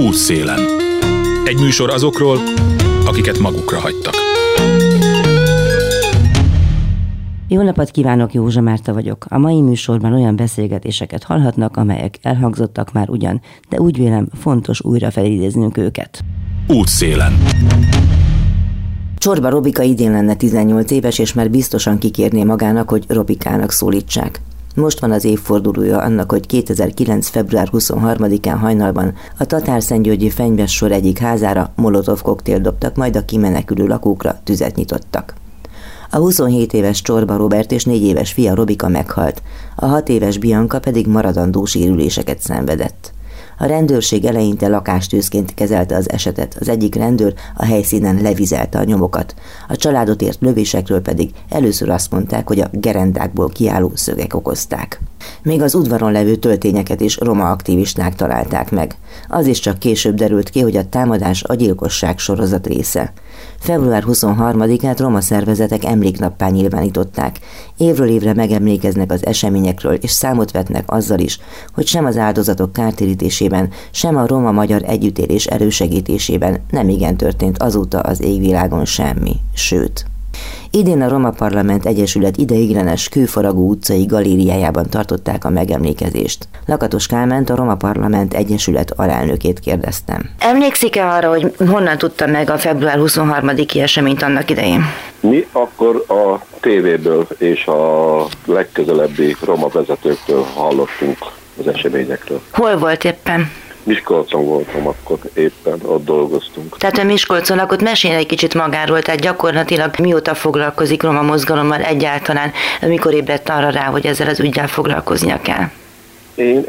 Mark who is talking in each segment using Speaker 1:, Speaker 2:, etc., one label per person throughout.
Speaker 1: Útszélen. Egy műsor azokról, akiket magukra hagytak.
Speaker 2: Jó napot kívánok, Józsa Márta vagyok. A mai műsorban olyan beszélgetéseket hallhatnak, amelyek elhangzottak már ugyan, de úgy vélem fontos újra felidéznünk őket.
Speaker 1: Útszélen.
Speaker 2: Csorba Robika idén lenne 18 éves, és már biztosan kikérné magának, hogy Robikának szólítsák. Most van az évfordulója annak, hogy 2009. február 23-án hajnalban a Tatárszentgyörgyi Fenyvessor egyik házára molotov koktélt dobtak, majd a kimenekülő lakókra tüzet nyitottak. A 27 éves Csorba Robert és 4 éves fia Robika meghalt, a 6 éves Bianca pedig maradandó sérüléseket szenvedett. A rendőrség eleinte lakástűzként kezelte az esetet, az egyik rendőr a helyszínen levizelte a nyomokat. A családot ért lövésekről pedig először azt mondták, hogy a gerendákból kiálló szögek okozták. Még az udvaron levő töltényeket is roma aktivisták találták meg. Az is csak később derült ki, hogy a támadás a gyilkosság sorozat része. Február 23-át roma szervezetek emléknappá nyilvánították. Évről évre megemlékeznek az eseményekről, és számot vetnek azzal is, hogy sem az áldozatok kártérítésében, sem a roma-magyar együttélés elősegítésében nem igen történt azóta az égvilágon semmi, sőt. Idén a Roma Parlament Egyesület ideiglenes Kőfaragó utcai galériájában tartották a megemlékezést. Lakatos Kálmánt, a Roma Parlament Egyesület alelnökét kérdeztem. Emlékszik-e arra, hogy honnan tudta meg a február 23-i eseményt annak idején?
Speaker 3: Mi akkor a tévéből és a legközelebbi roma vezetőktől hallottunk az eseményekről.
Speaker 2: Hol volt éppen?
Speaker 3: Miskolcon voltam akkor, éppen ott dolgoztunk.
Speaker 2: Tehát a Miskolcon lakott, mesélj egy kicsit magáról, tehát gyakorlatilag mióta foglalkozik roma mozgalommal egyáltalán, mikor ébredt arra rá, hogy ezzel az üggyel foglalkoznia kell?
Speaker 3: Én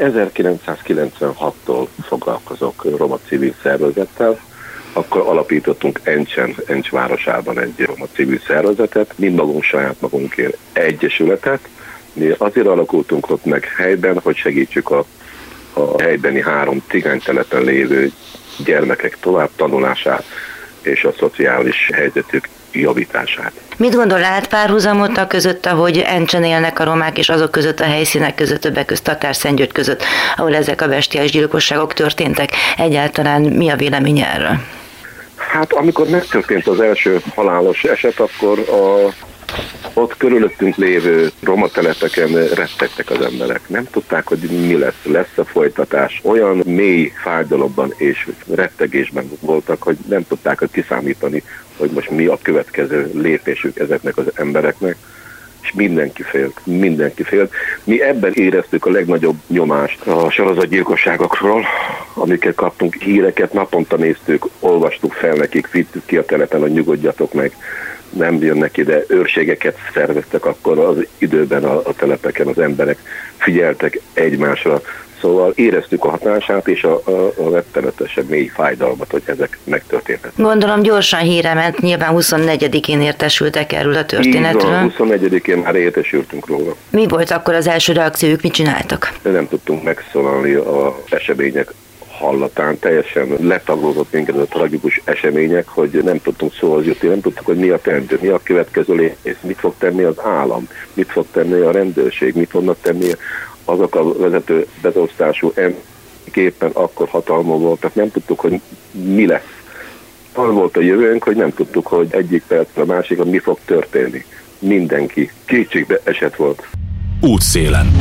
Speaker 3: 1996-tól foglalkozok roma civil szervezettel, akkor alapítottunk Encs városában egy roma civil szervezetet, mind magunk saját magunkért egyesületet. Mi azért alakultunk ott meg helyben, hogy segítsük a helybeni 3 cigánytelepen lévő gyermekek tovább tanulását és a szociális helyzetük javítását.
Speaker 2: Mit gondol, lát párhuzamot a között, ahogy Encsen élnek a romák, és azok között a helyszínek között, többek között Tatárszentgyörgy között, ahol ezek a bestiális gyilkosságok történtek? Egyáltalán mi a vélemény erről?
Speaker 3: Hát amikor megtörtént az első halálos eset, akkor ott körülöttünk lévő roma telepeken rettegtek az emberek. Nem tudták, hogy mi lesz a folytatás. Olyan mély fájdalomban és rettegésben voltak, hogy nem tudták kiszámítani, hogy most mi a következő lépésük ezeknek az embereknek. És mindenki félt. Mi ebben éreztük a legnagyobb nyomást a sorozatgyilkosságokról, amiket kaptunk híreket, naponta néztük, olvastuk fel nekik, vittük ki a telepen, hogy nyugodjatok meg, nem jönnek ide, őrségeket szerveztek akkor az időben a telepeken, az emberek figyeltek egymásra, szóval éreztük a hatását és a rettenetesen mély fájdalmat, hogy ezek megtörténtek.
Speaker 2: Gondolom gyorsan híre ment, nyilván 24-én értesültek erről a történetről.
Speaker 3: Így van, 24-én már értesültünk róla.
Speaker 2: Mi volt akkor az első reakciójuk, mit csináltak?
Speaker 3: Nem tudtunk megszólalni az események hallatán, teljesen letaglózott minket a tragikus események, hogy nem tudtunk szóhoz jutni, nem tudtuk, hogy mi a teendő, mi a következő lépés, mit fog tenni az állam, mit fog tenni a rendőrség, mit fognak tenni azok a vezető bezosztású éppen akkor hatalmon voltak, nem tudtuk, hogy mi lesz. Az volt a jövőnk, hogy nem tudtuk, hogy egyik percre a másikra mi fog történni. Mindenki kétségbe esett volt.
Speaker 1: Útszélen.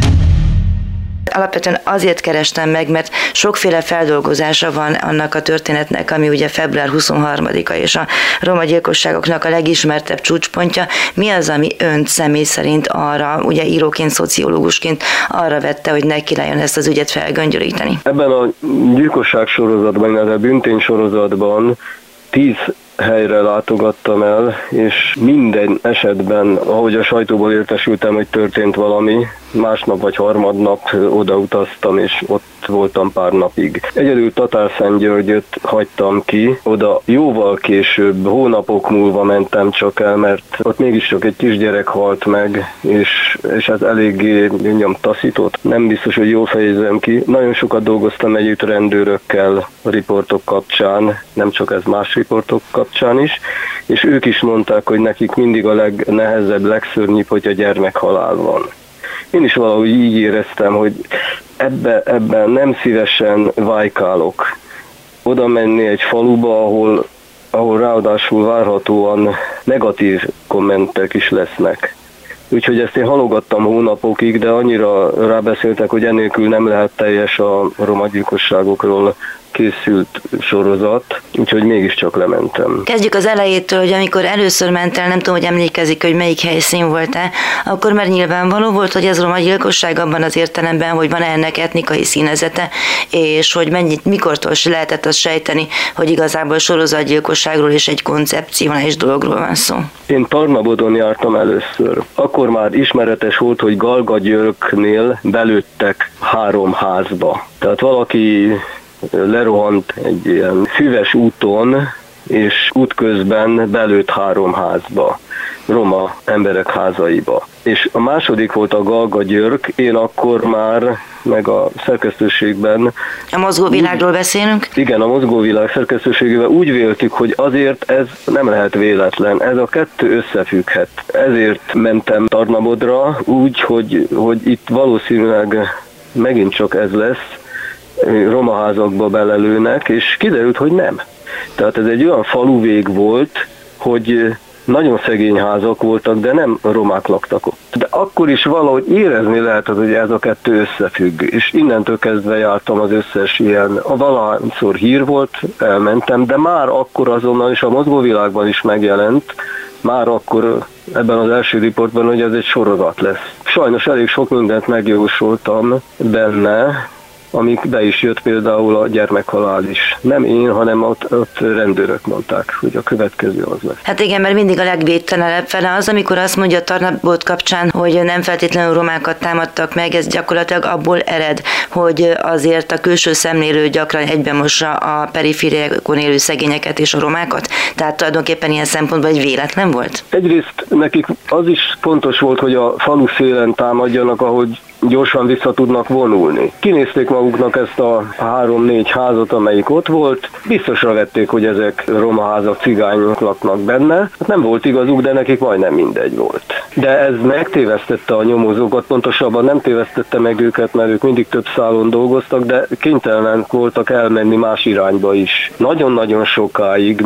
Speaker 2: Alapvetően azért kerestem meg, mert sokféle feldolgozása van annak a történetnek, ami ugye február 23-a és a roma gyilkosságoknak a legismertebb csúcspontja. Mi az, ami önt személy szerint arra, ugye íróként, szociológusként arra vette, hogy neki lejön ezt az ügyet felgöngyölíteni?
Speaker 4: Ebben a gyilkosság sorozatban, illetve büntény sorozatban 10 helyre látogattam el, és minden esetben, ahogy a sajtóból értesültem, hogy történt valami, másnap vagy harmadnap odautaztam, és ott voltam pár napig. Egyedül Tatárszentgyörgyöt hagytam ki, oda jóval később, hónapok múlva mentem csak el, mert ott mégiscsak egy kisgyerek halt meg, és ez eléggé taszított. Nem biztos, hogy jól fejezem ki. Nagyon sokat dolgoztam együtt rendőrökkel a riportok kapcsán, nem csak ez, más riportok kapcsán is, és ők is mondták, hogy nekik mindig a legnehezebb, legszörnyűbb, hogy a gyermekhalál van. Én is valahogy így éreztem, hogy ebben nem szívesen vájkálok. oda menni egy faluba, ahol ráadásul várhatóan negatív kommentek is lesznek. Úgyhogy ezt én halogattam hónapokig, de annyira rábeszéltek, hogy enélkül nem lehet teljes a roma gyilkosságokról készült sorozat, úgyhogy mégiscsak lementem.
Speaker 2: Kezdjük az elejétől, hogy amikor először ment el, nem tudom, hogy emlékezik, hogy melyik helyszín volt-e, akkor már nyilvánvaló volt, hogy ez roma gyilkosság abban az értelemben, hogy van ennek etnikai színezete, és hogy mikortól lehetett azt sejteni, hogy igazából sorozatgyilkosságról és egy koncepcionális dologról van szó.
Speaker 4: Én Tarnabodon jártam először. Akkor már ismeretes volt, hogy Galgagyörknél belőttek 3 házba. Tehát valaki lerohant egy ilyen füves úton, és útközben belőtt 3 házba, roma emberek házaiba. És a második volt a Galgagyörk, én akkor már, meg a szerkesztőségben...
Speaker 2: A mozgóvilágról beszélünk?
Speaker 4: Igen, a mozgóvilág szerkesztőségében úgy véltük, hogy azért ez nem lehet véletlen, ez a 2 összefügghet. Ezért mentem Tarnabodra úgy, hogy itt valószínűleg megint csak ez lesz, roma házakba belelőnek, és kiderült, hogy nem. Tehát ez egy olyan faluvég volt, hogy nagyon szegény házak voltak, de nem romák laktak ott. De akkor is valahogy érezni lehetett, hogy ez a 2 összefügg, és innentől kezdve jártam az összes ilyen, valahányszor hír volt, elmentem, de már akkor azonnal, és a mozgóvilágban is megjelent, már akkor ebben az első riportban, hogy ez egy sorozat lesz. Sajnos elég sok mindent megjósoltam benne, amik be is jött, például a gyermekhalál is. Nem én, hanem ott rendőrök mondták, hogy a következő az lesz.
Speaker 2: Hát igen, mert mindig a legvédtelenebb fele az, amikor azt mondja Tarnabod kapcsán, hogy nem feltétlenül romákat támadtak meg, ez gyakorlatilag abból ered, hogy azért a külső szemlélő gyakran egybemossa a perifériákon élő szegényeket és a romákat. Tehát tulajdonképpen ilyen szempontból egy véletlen volt?
Speaker 4: Egyrészt nekik az is fontos volt, hogy a falu szélen támadjanak, ahogy gyorsan vissza tudnak vonulni. Kinézték maguknak ezt a 3-4 házat, amelyik ott volt, biztosra vették, hogy ezek roma házak, cigányok laknak benne. Hát nem volt igazuk, de nekik majdnem mindegy volt. De ez megtévesztette a nyomozókat, pontosabban nem tévesztette meg őket, mert ők mindig több szálon dolgoztak, de kénytelenek voltak elmenni más irányba is. Nagyon-nagyon sokáig,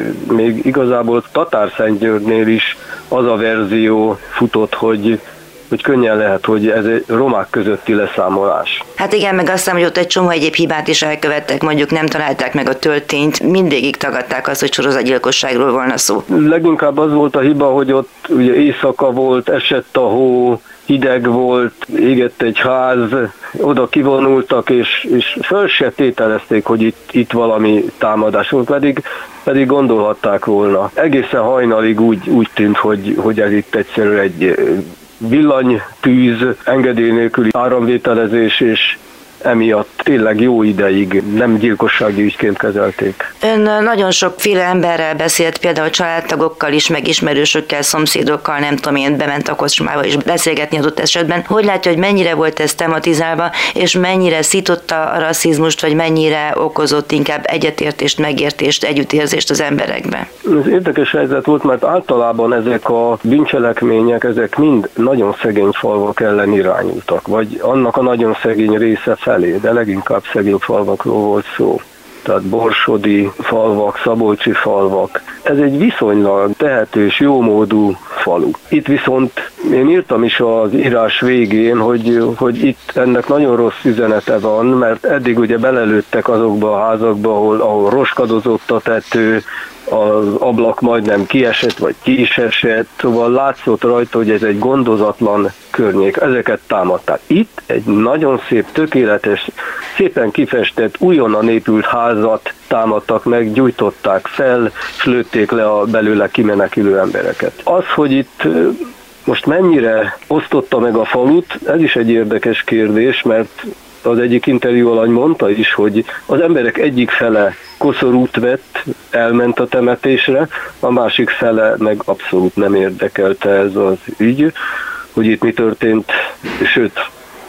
Speaker 4: még igazából Tatárszentgyörgynél is az a verzió futott, hogy könnyen lehet, hogy ez egy romák közötti leszámolás.
Speaker 2: Hát igen, meg azt hiszem, hogy ott egy csomó egyéb hibát is elkövettek, mondjuk nem találták meg a töltényt, mindégig tagadták azt, hogy sorozatgyilkosságról volna szó.
Speaker 4: Leginkább az volt a hiba, hogy ott ugye éjszaka volt, esett a hó, hideg volt, égett egy ház, oda kivonultak, és föl se tételezték, hogy itt valami támadás volt, pedig gondolhatták volna. Egészen hajnalig úgy tűnt, hogy ez itt egyszerű egy villanytűz, engedély nélküli áramvételezés, és emiatt tényleg jó ideig nem gyilkossági ügyként kezelték.
Speaker 2: Ön nagyon sokféle emberrel beszélt, például családtagokkal is, meg ismerősökkel, szomszédokkal, nem tudom én, bement a kocsmába is beszélgetni adott esetben. Hogy látja, hogy mennyire volt ez tematizálva, és mennyire szította a rasszizmust, vagy mennyire okozott inkább egyetértést, megértést, együttérzést az emberekben?
Speaker 4: Ez érdekes helyzet volt, mert általában ezek a bűncselekmények, ezek mind nagyon szegény falvak ellen irányultak, vagy annak a nagyon szegény része felé, de leginkább szegény falvakról volt szó. Tehát borsodi falvak, szabolcsi falvak. Ez egy viszonylag tehetős, jómódú falu. Itt viszont én írtam is az írás végén, hogy itt ennek nagyon rossz üzenete van, mert eddig ugye belelőttek azokba a házakba, ahol roskadozott a tető, az ablak majdnem kiesett, vagy ki is esett, szóval látszott rajta, hogy ez egy gondozatlan környék, ezeket támadták. Itt egy nagyon szép, tökéletes, szépen kifestett, újonnan épült házat támadtak meg, gyújtották fel, és lőtték le a belőle kimenekülő embereket. Az, hogy itt most mennyire osztotta meg a falut, ez is egy érdekes kérdés, mert az egyik interjú alany mondta is, hogy az emberek egyik fele koszorút vett, elment a temetésre, a másik fele meg abszolút nem érdekelte ez az ügy, hogy itt mi történt, sőt,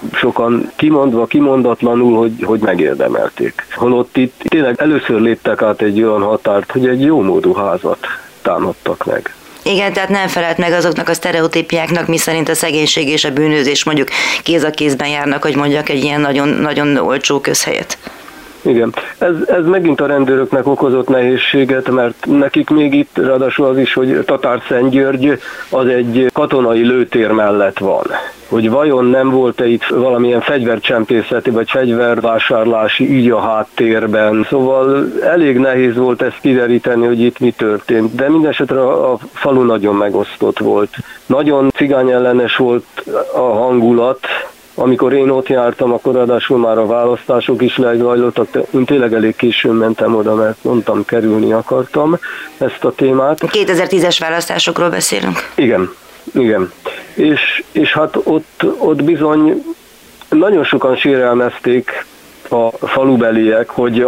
Speaker 4: sokan kimondva, kimondatlanul, hogy megérdemelték. Holott itt tényleg először léptek át egy olyan határt, hogy egy jómódú házat támadtak meg.
Speaker 2: Igen, tehát nem felelt meg azoknak a sztereotípiáknak, miszerint a szegénység és a bűnözés mondjuk kéz a kézben járnak, hogy mondjak egy ilyen nagyon, nagyon olcsó közhelyet.
Speaker 4: Igen. Ez megint a rendőröknek okozott nehézséget, mert nekik még itt ráadásul az is, hogy Tatárszentgyörgy az egy katonai lőtér mellett van. Hogy vajon nem volt-e itt valamilyen fegyvercsempészeti vagy fegyvervásárlási ügy a háttérben. Szóval elég nehéz volt ezt kideríteni, hogy itt mi történt. De mindesetre a falu nagyon megosztott volt. Nagyon cigányellenes volt a hangulat. Amikor én ott jártam, akkor ráadásul már a választások is lezajlottak, de én tényleg elég későn mentem oda, mert mondtam, kerülni akartam ezt a témát.
Speaker 5: 2010-es választásokról beszélünk?
Speaker 4: Igen. És hát ott bizony nagyon sokan sérelmezték a falubeliek, hogy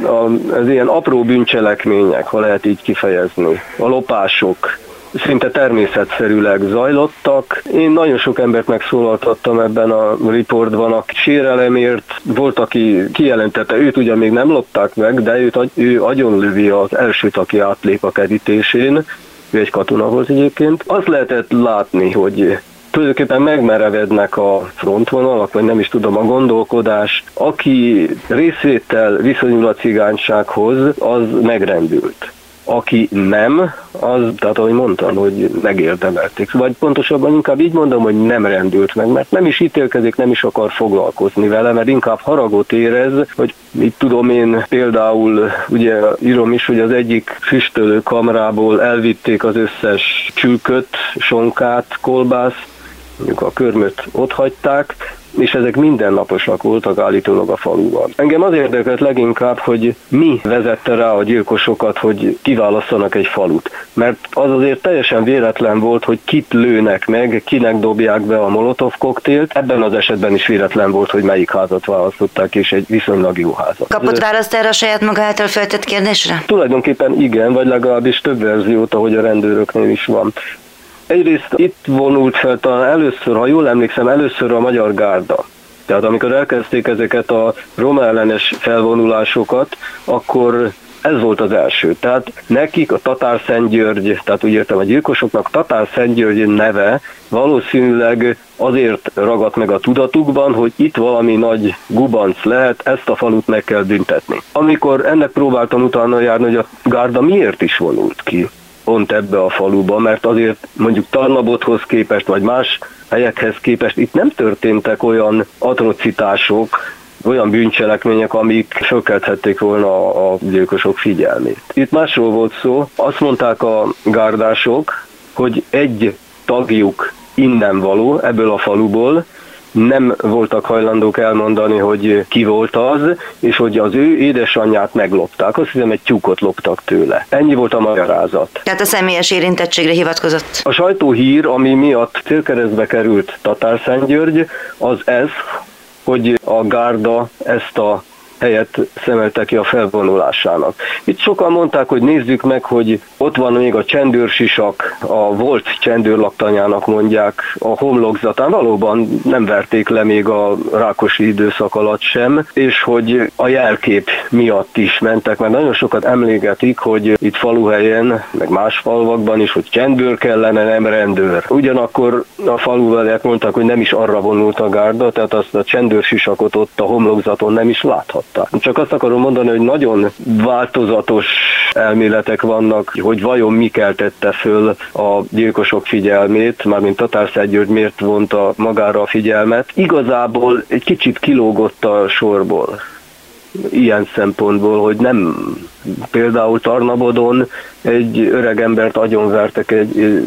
Speaker 4: az ilyen apró bűncselekmények, ha lehet így kifejezni, a lopások szinte természetszerűleg zajlottak. Én nagyon sok embert megszólaltattam ebben a riportban, a sérelemért. Volt, aki kijelentette, őt ugye még nem lopták meg, de ő agyonlövi az elsőt, aki átlép a kerítésén. Ő egy katona volt egyébként. Azt lehetett látni, hogy tulajdonképpen megmerevednek a frontvonalak, vagy nem is tudom, a gondolkodás. Aki részvétel viszonyul a cigánysághoz, az megrendült. Aki nem, az, tehát ahogy mondtam, hogy megérdemelték. Vagy pontosabban inkább így mondom, hogy nem rendült meg, mert nem is ítélkezik, nem is akar foglalkozni vele, mert inkább haragot érez, hogy itt tudom én például, ugye írom is, hogy az egyik füstölő kamrából elvitték az összes csülköt, sonkát, kolbászt, mondjuk a körmöt ott hagyták, és ezek mindennaposak voltak állítólag a faluban. Engem az érdekelt leginkább, hogy mi vezette rá a gyilkosokat, hogy kiválasszanak egy falut. Mert az azért teljesen véletlen volt, hogy kit lőnek meg, kinek dobják be a molotov koktélt. Ebben az esetben is véletlen volt, hogy melyik házat választották, és egy viszonylag jó házat.
Speaker 5: Kapott választ erre a saját maga által feltett kérdésre?
Speaker 4: Tulajdonképpen igen, vagy legalábbis több verziót, ahogy a rendőröknél is van. Egyrészt itt vonult fel talán először, ha jól emlékszem, először a Magyar Gárda. Tehát amikor elkezdték ezeket a roma ellenes felvonulásokat, akkor ez volt az első. Tehát nekik a Tatárszentgyörgy, tehát úgy értem a gyilkosoknak Tatárszentgyörgy neve valószínűleg azért ragadt meg a tudatukban, hogy itt valami nagy gubanc lehet, ezt a falut meg kell büntetni. Amikor ennek próbáltam utána járni, hogy a Gárda miért is vonult ki pont ebbe a faluba, mert azért mondjuk Tarnabothoz képest, vagy más helyekhez képest itt nem történtek olyan atrocitások, olyan bűncselekmények, amik fölkelthették volna a gyilkosok figyelmét. Itt másról volt szó, azt mondták a gárdások, hogy egy tagjuk innen való, ebből a faluból, nem voltak hajlandók elmondani, hogy ki volt az, és hogy az ő édesanyját meglopták. Azt hiszem, egy tyúkot loptak tőle. Ennyi volt a magyarázat.
Speaker 5: Tehát a személyes érintettségre hivatkozott.
Speaker 4: A sajtóhír, ami miatt célkeresztbe került Tatárszentgyörgy, az ez, hogy a Gárda ezt a helyet szemelte ki a felvonulásának. Itt sokan mondták, hogy nézzük meg, hogy ott van még a csendőrsisak, a volt csendőrlaktanyának mondják a homlokzatán, valóban nem verték le még a Rákosi időszak alatt sem, és hogy a jelkép miatt is mentek, mert nagyon sokat emlégetik, hogy itt faluhelyen, meg más falvakban is, hogy csendőr kellene, nem rendőr. Ugyanakkor a faluveliek mondták, hogy nem is arra vonult a Gárda, tehát azt a csendőrsisakot ott a homlokzaton nem is láthat. Csak azt akarom mondani, hogy nagyon változatos elméletek vannak, hogy vajon mi keltette föl a gyilkosok figyelmét, mármint Tatárszentgyörgy miért vonta magára a figyelmet. Igazából egy kicsit kilógott a sorból. Ilyen szempontból, hogy nem például Tarnabodon egy öregembert agyonvertek,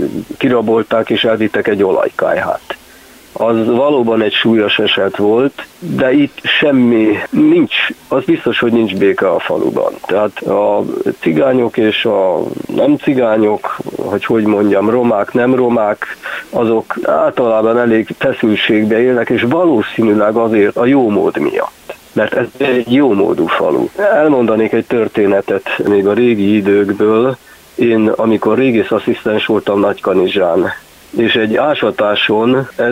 Speaker 4: kirabolták és elvittek egy olajkályhát. Az valóban egy súlyos eset volt, de itt semmi nincs, az biztos, hogy nincs béke a faluban. Tehát a cigányok és a nem cigányok, hogy mondjam, romák, nem romák, azok általában elég feszültségbe élnek, és valószínűleg azért a jómód miatt. Mert ez egy jómódú falu. Elmondanék egy történetet még a régi időkből. Én, amikor régészasszisztens voltam Nagykanizsán, és egy ásatáson, ez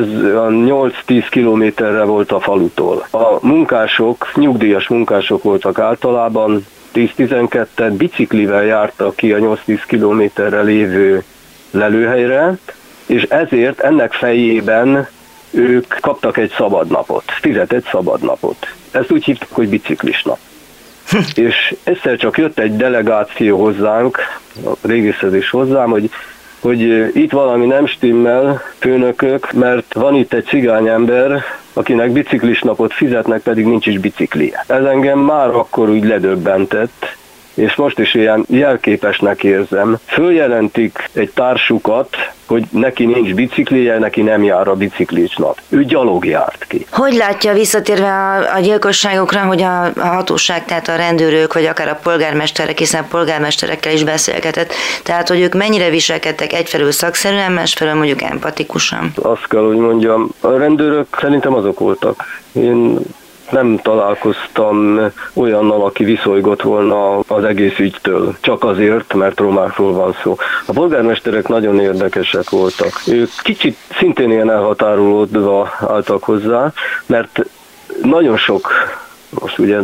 Speaker 4: 8-10 kilométerre volt a falutól. A munkások, nyugdíjas munkások voltak általában, 10-12-et biciklivel jártak ki a 8-10 kilométerre lévő lelőhelyre, és ezért ennek fejében ők kaptak egy szabadnapot, fizetett szabadnapot. Ezt úgy hívták, hogy biciklis nap. És egyszer csak jött egy delegáció hozzánk, a régészhez is hozzám, hogy itt valami nem stimmel, főnökök, mert van itt egy cigányember, akinek biciklis napot fizetnek, pedig nincs is biciklije. Ez engem már akkor úgy ledöbbentett, és most is ilyen jelképesnek érzem. Följelentik egy társukat, hogy neki nincs biciklije, neki nem jár a biciklis nap. Ő gyalog járt ki.
Speaker 5: Hogy látja visszatérve a gyilkosságokra, hogy a hatóság, tehát a rendőrök, vagy akár a polgármesterek, hiszen polgármesterekkel is beszélgetett, tehát hogy ők mennyire viselkedtek egyfelől szakszerűen, másfelől mondjuk empatikusan?
Speaker 4: Azt kell, hogy mondjam, a rendőrök szerintem azok voltak. Én nem találkoztam olyannal, aki viszolygott volna az egész ügytől. Csak azért, mert romákról van szó. A polgármesterek nagyon érdekesek voltak. Ők kicsit szintén ilyen elhatárolódva álltak hozzá, mert nagyon sok, most ugye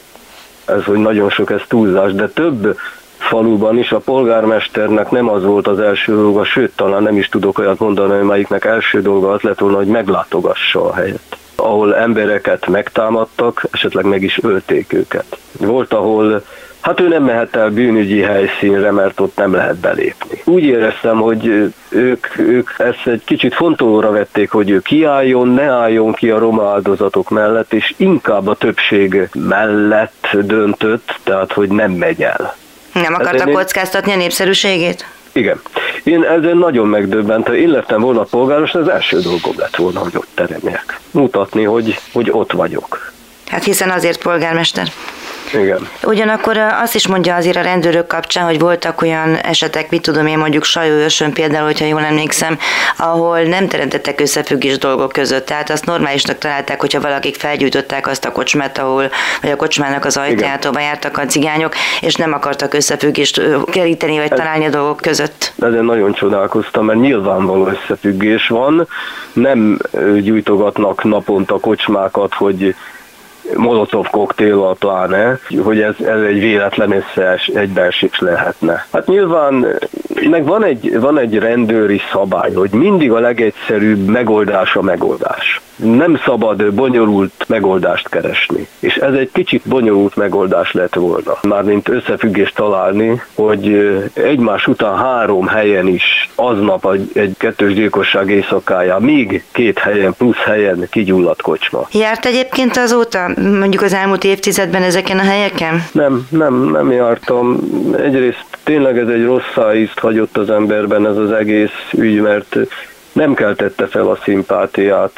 Speaker 4: ez, hogy nagyon sok, ez túlzás, de több faluban is a polgármesternek nem az volt az első dolga, sőt, talán nem is tudok olyat mondani, melyiknek első dolga az lett volna, hogy meglátogassa a helyet, ahol embereket megtámadtak, esetleg meg is ölték őket. Volt, ahol hát ő nem mehet el bűnügyi helyszínre, mert ott nem lehet belépni. Úgy éreztem, hogy ők ezt egy kicsit fontolóra vették, hogy ő kiálljon, ne álljon ki a roma áldozatok mellett, és inkább a többség mellett döntött, tehát hogy nem megy el.
Speaker 5: Nem akarta kockáztatni a népszerűségét?
Speaker 4: Igen. Én ezen nagyon megdöbbentem. Én lettem volna a polgáros, az első dolgom lett volna, hogy ott teremjek. Mutatni, hogy ott vagyok.
Speaker 5: Hát hiszen azért polgármester.
Speaker 4: Igen.
Speaker 5: Ugyanakkor azt is mondja azért a rendőrök kapcsán, hogy voltak olyan esetek, mit tudom én, mondjuk Sajóőrsön például, hogyha jól emlékszem, ahol nem teremtettek összefüggés dolgok között. Tehát azt normálisnak találták, hogyha valakik felgyújtották azt a kocsmát, vagy a kocsmának az ajtaját, ahova jártak a cigányok, és nem akartak összefüggést keríteni, vagy találni a dolgok között.
Speaker 4: Ezen nagyon csodálkoztam, mert nyilvánvaló összefüggés van. Nem gyújtogatnak naponta kocsmákat, hogy molotov koktéllal pláne, hogy ez egy véletlen egybeesés lehetne. Hát nyilván meg van egy rendőri szabály, hogy mindig a legegyszerűbb megoldás a megoldás. Nem szabad bonyolult megoldást keresni. És ez egy kicsit bonyolult megoldás lett volna. Mármint összefüggést találni, hogy egymás után 3 helyen is aznap egy kettős gyilkosság éjszakáján, még 2 helyen plusz helyen kigyulladt kocsma.
Speaker 5: Járt egyébként azóta, mondjuk az elmúlt évtizedben ezeken a helyeken?
Speaker 4: Nem jártam. Egyrészt tényleg ez egy rossz szájízt hagyott az emberben ez az egész ügy, mert nem keltette fel a szimpátiát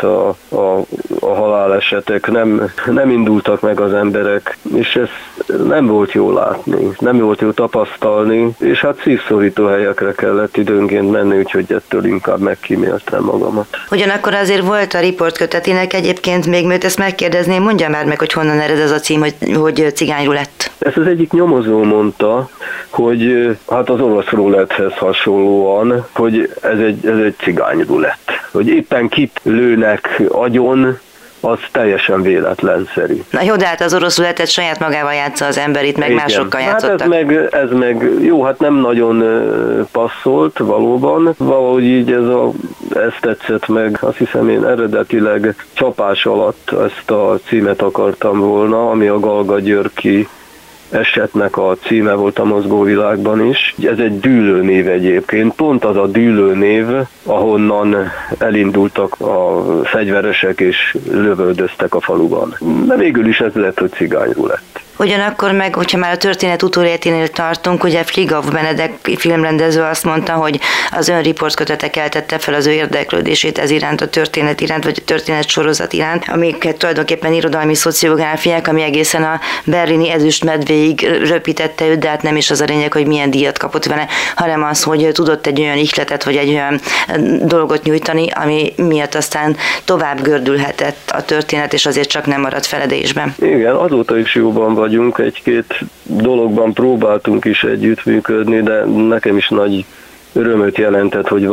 Speaker 4: a halálesetek, nem indultak meg az emberek, és ez nem volt jó látni, nem volt jó tapasztalni, és hát szívszorító helyekre kellett időnként menni, úgyhogy ettől inkább megkíméltem magamat.
Speaker 5: Ugyanakkor azért volt a riportkötetének egyébként, még mert ezt megkérdezném, mondja már meg, hogy honnan ered ez a cím, hogy cigányrulett.
Speaker 4: Ezt az egyik nyomozó mondta, hogy hát az orosz roulettehez hasonlóan, hogy ez egy cigányrulett. Hogy éppen kit lőnek agyon, az teljesen véletlenszerű.
Speaker 5: Na jó, de hát az orosz rulettet saját magával játsza az ember, itt meg igen. Másokkal játszottak.
Speaker 4: Hát ez meg jó, hát nem nagyon passzolt valóban. Valahogy így ez tetszett meg. Azt hiszem én eredetileg csapás alatt ezt a címet akartam volna, ami a Galga Györki esetnek a címe volt a mozgóvilágban is. Ez egy dűlőnév egyébként, pont az a dűlőnév, ahonnan elindultak a fegyveresek és lövöldöztek a faluban. De végül is ez lett, hogy cigányrulett.
Speaker 5: Ugyanakkor meg, hogyha már a történet utóéleténél tartunk, ugye Fligov Benedek filmrendező azt mondta, hogy az önriportkötete keltette fel az ő érdeklődését ez iránt, a történet iránt, vagy a történet sorozat iránt, amiket tulajdonképpen irodalmi szociográfiák, ami egészen a berlini ezüstmedvéig röpítette őt, de hát nem is az a lényeg, hogy milyen díjat kapott vele, hanem az, hogy tudott egy olyan ihletet, vagy egy olyan dolgot nyújtani, ami miatt aztán tovább gördülhetett a történet, és azért csak nem maradt feledésben.
Speaker 4: Igen, azóta is jóban vagyunk, 1-2 dologban próbáltunk is együttműködni, de nekem is nagy örömöt jelentett, hogy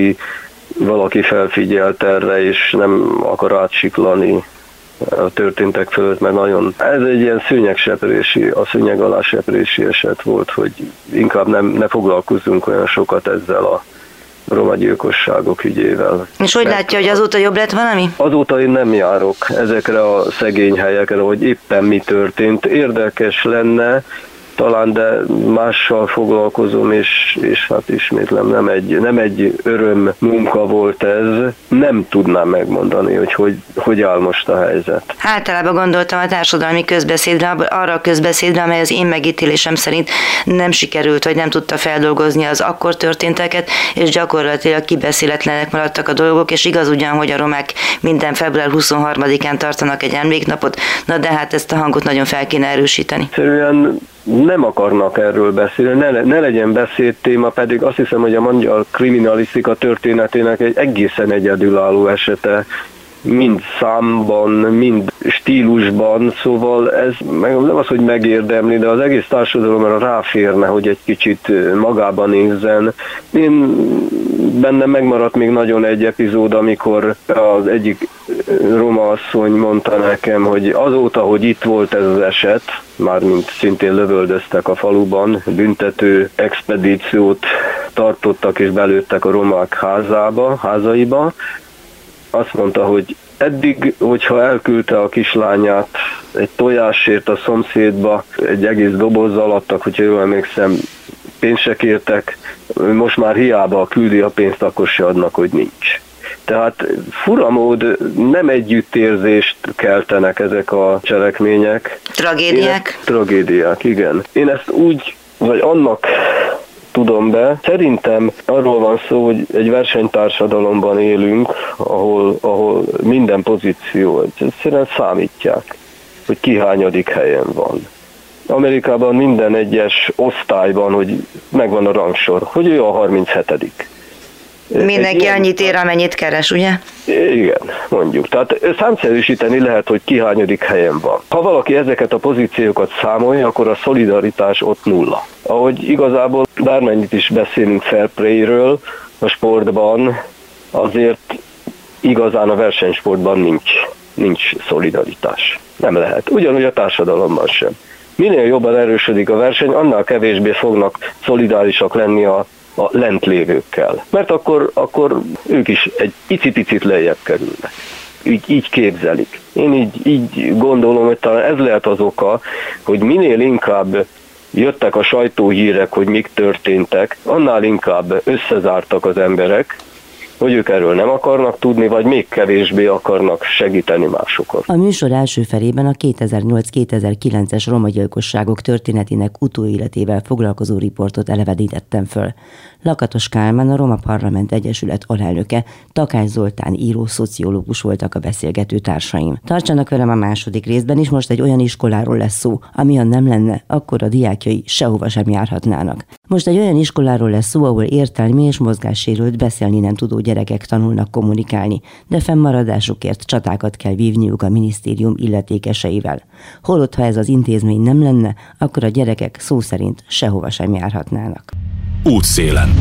Speaker 4: valaki felfigyelt erre, és nem akar átsiklani a történtek fölött, mert nagyon... Ez egy ilyen a szőnyeg alá seprési eset volt, hogy inkább ne foglalkozzunk olyan sokat ezzel roma gyilkosságok ügyével.
Speaker 5: És hogy látja, hogy azóta jobb lett valami?
Speaker 4: Azóta én nem járok ezekre a szegény helyekre, hogy éppen mi történt. Érdekes lenne, talán, de mással foglalkozom, és hát ismétlem, nem egy öröm munka volt ez. Nem tudnám megmondani, hogy áll most a helyzet.
Speaker 5: Általában gondoltam a társadalmi közbeszédre, arra a közbeszédre, amely az én megítélésem szerint nem sikerült, vagy nem tudta feldolgozni az akkor történteket, és gyakorlatilag kibeszéletlenek maradtak a dolgok, és igaz ugyan, hogy a romák minden február 23-án tartanak egy emléknapot, na de hát ezt a hangot nagyon fel kéne erősíteni.
Speaker 4: Szerűen nem akarnak erről beszélni, ne legyen beszédtéma, pedig azt hiszem, hogy a magyar kriminalisztika történetének egy egészen egyedülálló esete, mind számban, mind stílusban, szóval ez nem az, hogy megérdemli, de az egész társadalomra ráférne, hogy egy kicsit magába nézzen. Bennem megmaradt még nagyon egy epizód, amikor az egyik roma asszony mondta nekem, hogy azóta, hogy itt volt ez az eset, mármint szintén lövöldöztek a faluban, büntető expedíciót tartottak és belőttek a romák házaiba, azt mondta, hogy eddig, hogyha elküldte a kislányát egy tojásért a szomszédba, egy egész dobozzal adtak, hogyha jól emlékszem, pénzt se kértek, most már hiába küldi a pénzt, akkor se adnak, hogy nincs. Tehát furamód nem együttérzést keltenek ezek a cselekmények.
Speaker 5: Tragédiák?
Speaker 4: Tragédiák, igen. Én ezt úgy, vagy annak tudom be. Szerintem arról van szó, hogy egy versenytársadalomban élünk, ahol minden pozíció egyszerűen számítják, hogy ki hányadik helyen van. Amerikában minden egyes osztályban, hogy megvan a rangsor, hogy ő a 37.
Speaker 5: Mindenki annyit ér, amennyit keres, ugye?
Speaker 4: Igen, mondjuk. Tehát számszerűsíteni lehet, hogy ki hányadik helyen van. Ha valaki ezeket a pozíciókat számolja, akkor a szolidaritás ott nulla. Ahogy igazából bármennyit is beszélünk fair play-ről a sportban, azért igazán a versenysportban nincs szolidaritás. Nem lehet. Ugyanúgy a társadalomban sem. Minél jobban erősödik a verseny, annál kevésbé fognak szolidárisak lenni a lent lévőkkel. Mert akkor ők is egy icipicit lejjebb kerülnek. Így képzelik. Én így gondolom, hogy talán ez lehet az oka, hogy minél inkább jöttek a sajtóhírek, hogy mik történtek, annál inkább összezártak az emberek, hogy ők erről nem akarnak tudni, vagy még kevésbé akarnak segíteni másokat.
Speaker 2: A műsor első felében a 2008-2009-es romagyilkosságok történetének utóéletével foglalkozó riportot elevenítettem föl. Lakatos Kálmán, a Roma Parlament Egyesület alelnöke, Takács Zoltán író, szociológus voltak a beszélgető társaim. Tartsanak velem a második részben is, most egy olyan iskoláról lesz szó, ami ha nem lenne, akkor a diákjai sehova sem járhatnának. Most egy olyan iskoláról lesz szó, ahol értelmi és mozgássérült, beszélni nem tudó gyerekek tanulnak kommunikálni, de fennmaradásukért csatákat kell vívniuk a minisztérium illetékeseivel. Holott, ha ez az intézmény nem lenne, akkor a gyerekek szó szerint sehova sem járhatnának.
Speaker 1: Útszélen.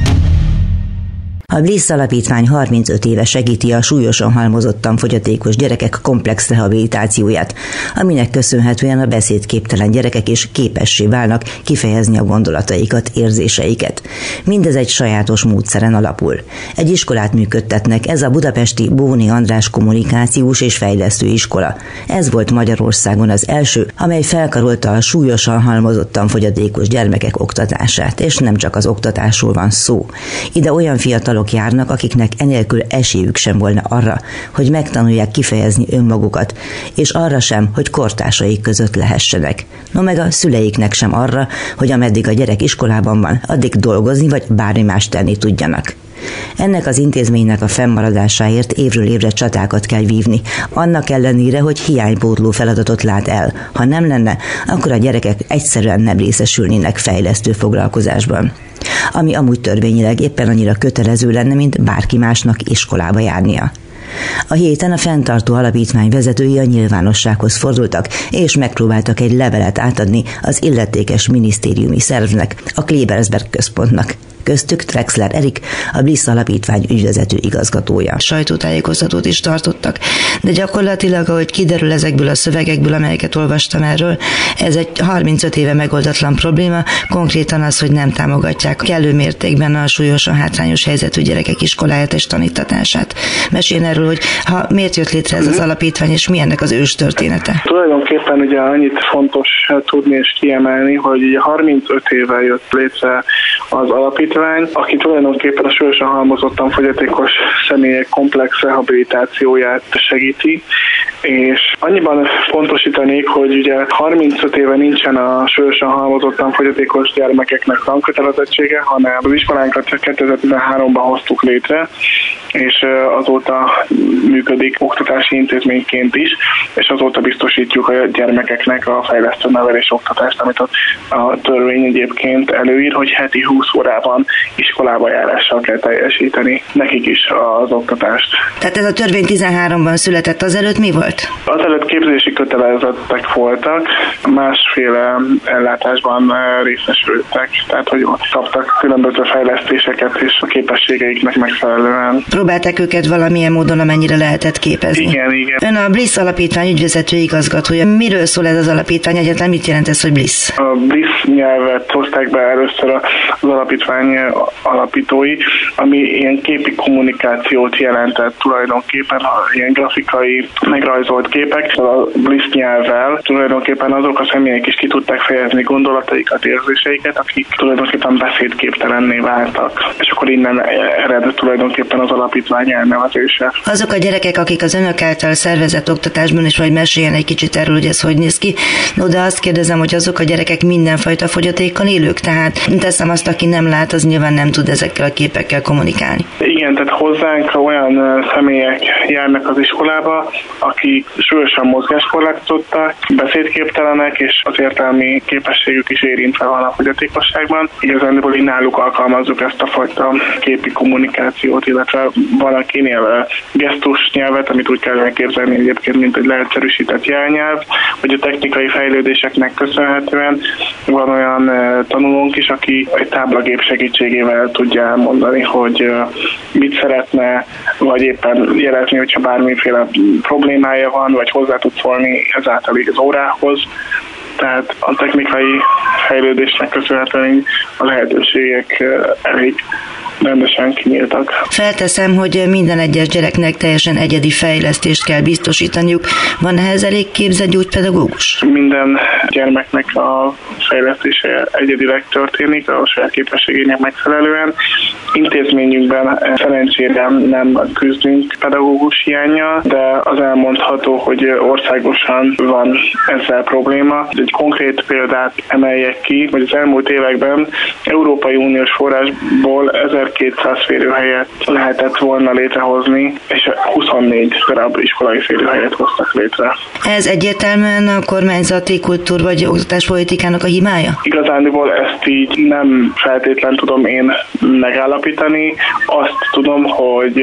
Speaker 2: A Bliss Alapítvány 35 éve segíti a súlyosan halmozottan fogyatékos gyerekek komplex rehabilitációját, aminek köszönhetően a beszédképtelen gyerekek is képessé válnak kifejezni a gondolataikat, érzéseiket. Mindez egy sajátos módszeren alapul. Egy iskolát működtetnek, ez a budapesti Bóni András Kommunikációs és Fejlesztő Iskola. Ez volt Magyarországon az első, amely felkarolta a súlyosan halmozottan fogyatékos gyermekek oktatását, és nem csak az oktatásról van szó. Ide olyan fiatalok járnak, akiknek enélkül esélyük sem volna arra, hogy megtanulják kifejezni önmagukat, és arra sem, hogy kortársaik között lehessenek. No meg a szüleiknek sem arra, hogy ameddig a gyerek iskolában van, addig dolgozni vagy bármi más tenni tudjanak. Ennek az intézménynek a fennmaradásáért évről évre csatákat kell vívni, annak ellenére, hogy hiánypótló feladatot lát el. Ha nem lenne, akkor a gyerekek egyszerűen nem részesülnének fejlesztő foglalkozásban. Ami amúgy törvényileg éppen annyira kötelező lenne, mint bárki másnak iskolába járnia. A héten a fenntartó alapítvány vezetői a nyilvánossághoz fordultak, és megpróbáltak egy levelet átadni az illetékes minisztériumi szervnek, a Klebersberg központnak. köztük Drexler Erik, a Bliss Alapítvány ügyvezető igazgatója.
Speaker 5: Sajtótájékoztatót is tartottak, de gyakorlatilag, ahogy kiderül ezekből a szövegekből, amelyeket olvastam erről, ez egy 35 éve megoldatlan probléma, konkrétan az, hogy nem támogatják kellő mértékben a súlyosan hátrányos helyzetű gyerekek iskoláját és tanítatását. Mesélj erről, hogy miért jött létre ez az alapítvány, és mi ennek az őstörténete?
Speaker 6: Tulajdonképpen ugye annyit fontos tudni és kiemelni, hogy ugye 35 éve jött létre az alapítvány, aki tulajdonképpen a súlyosan halmozottan fogyatékos személyek komplex rehabilitációját segíti, és annyiban pontosítanék, hogy ugye 35 éve nincsen a súlyosan halmozottan fogyatékos gyermekeknek tankötelezettsége, hanem az iskolánkat 2013-ban hoztuk létre, és azóta működik oktatási intézményként is, és azóta biztosítjuk a gyermekeknek a fejlesztő nevelés oktatást, amit a törvény egyébként előír, hogy heti 20 órában iskolába járással kell teljesíteni nekik is az oktatást.
Speaker 5: Tehát ez a törvény 13-ban született, azelőtt mi volt?
Speaker 6: Azelőtt képzési kötelezettek voltak, másféle ellátásban részesültek, tehát hogy ott kaptak különböző fejlesztéseket és a képességeiknek megfelelően.
Speaker 5: Próbálták őket valamilyen módon, amennyire lehetett képezni.
Speaker 6: Igen.
Speaker 5: Ön a Bliss Alapítvány ügyvezető igazgatója. Miről szól ez az alapítvány? Egyáltalán mit jelent ez, hogy Bliss?
Speaker 6: A Bliss nyelvet hozták be először az alapítvány alapítói, ami ilyen képi kommunikációt jelentett tulajdonképpen, ilyen grafikai, megrajzolt képek. A Bliss nyelvvel tulajdonképpen azok a személyek is ki tudták fejezni gondolataikat, érzéseiket, akik tulajdonképpen beszédképtelenné váltak. És akkor innen ered tulajdonképpen az alapítvány elnevezése.
Speaker 5: Azok a gyerekek, akik az önök által szervezett oktatásban is, vagy meséljen egy kicsit erről, hogy ez hogy néz ki. No, de azt kérdezem, hogy azok a gyerekek mindenfajta fogyatékkal élők, tehát teszem azt, aki nem lát, az nyilván nem tud ezekkel a képekkel kommunikálni.
Speaker 6: Igen, tehát hozzánk olyan személyek járnak az iskolába, akik súlyosan mozgáskorlátozottak, beszédképtelenek, és az értelmi képességük is érintve van a fogyatékosságban. Igazándiból így náluk alkalmazzuk ezt a fajta képi kommunikációt, illetve van akinél gesztus nyelvet, amit úgy kell elképzelni egyébként, mint egy leegyszerűsített jelnyelv, hogy a technikai fejlődéseknek köszönhetően van olyan tanulónk is, aki egy táblagép segítségével tudja elmondani, hogy mit szeretne, vagy éppen jelezni, hogyha bármiféle problémája van, vagy hozzá tud szólni ezáltal az órához. Tehát a technikai fejlődésnek köszönhetően a lehetőségek elég rendesen kinyíltak.
Speaker 5: Felteszem, hogy minden egyes gyereknek teljesen egyedi fejlesztést kell biztosítaniuk. Van ehhez elég képzett gyógypedagógus?
Speaker 6: Minden gyermeknek a fejlesztése egyedileg történik, a saját képességének megfelelően. Intézményünkben szerencsére nem küzdünk pedagógus hiánnyal, de az elmondható, hogy országosan van ezzel probléma. Egy konkrét példát emeljek ki, hogy az elmúlt években Európai Uniós forrásból 1200 férőhelyet lehetett volna létrehozni, és 24 darab iskolai férőhelyet hoztak létre.
Speaker 5: Ez egyértelműen a kormányzati kultúr vagy oktatáspolitikának a hibája?
Speaker 6: Igazándiból ezt így nem feltétlen tudom én megállapítani. Azt tudom, hogy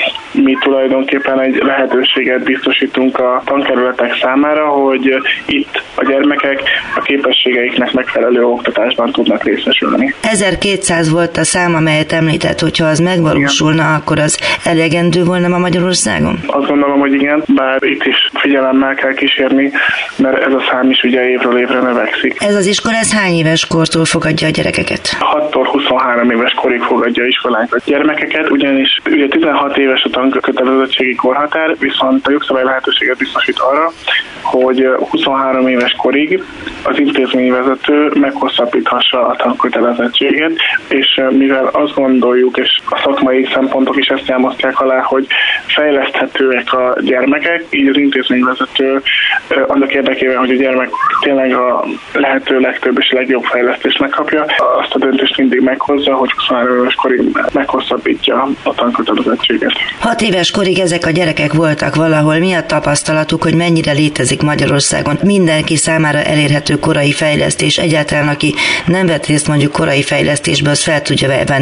Speaker 6: mi tulajdonképpen egy lehetőséget biztosítunk a tankerületek számára, hogy itt a gyermekek a képességeiknek megfelelő oktatásban tudnak részesülni.
Speaker 5: 1200 volt a szám, amelyet említett, hogyha az megvalósulna, igen, akkor az elegendő volna ma Magyarországon?
Speaker 6: Azt gondolom, hogy igen, bár itt is figyelemmel kell kísérni, mert ez a szám is ugye évről évre növekszik.
Speaker 5: Ez az iskola, ez hány éves kortól fogadja a gyerekeket?
Speaker 6: 6-tól 23 éves korig fogadja a iskolánk a gyermekeket, ugyanis ugye 16 éves a tankötelezettségi korhatár, viszont a jogszabály lehetőséget biztosít arra, hogy 23 éves korig az intézményvezető meghosszabbíthassa a tankötelezettséget, és mivel azt gondoljuk, és a szakmai szempontok is ezt nyomozták alá, hogy fejleszthetőek a gyermekek, így az intézményvezető annak érdekében, hogy a gyermek tényleg a lehető legtöbb és legjobb fejlesztést megkapja, azt a döntést mindig meghozza, hogy 23 éves korig meghosszabbítja a tankötelezettséget.
Speaker 5: 6 éves korig ezek a gyerekek voltak valahol. Mi a tapasztalatuk, hogy mennyire létezik Magyarországon mindenki számára elérhető korai fejlesztés? Egyáltalán, aki nem vett részt mondjuk korai fejlesztésbe, az fel tudja venni a fonalat?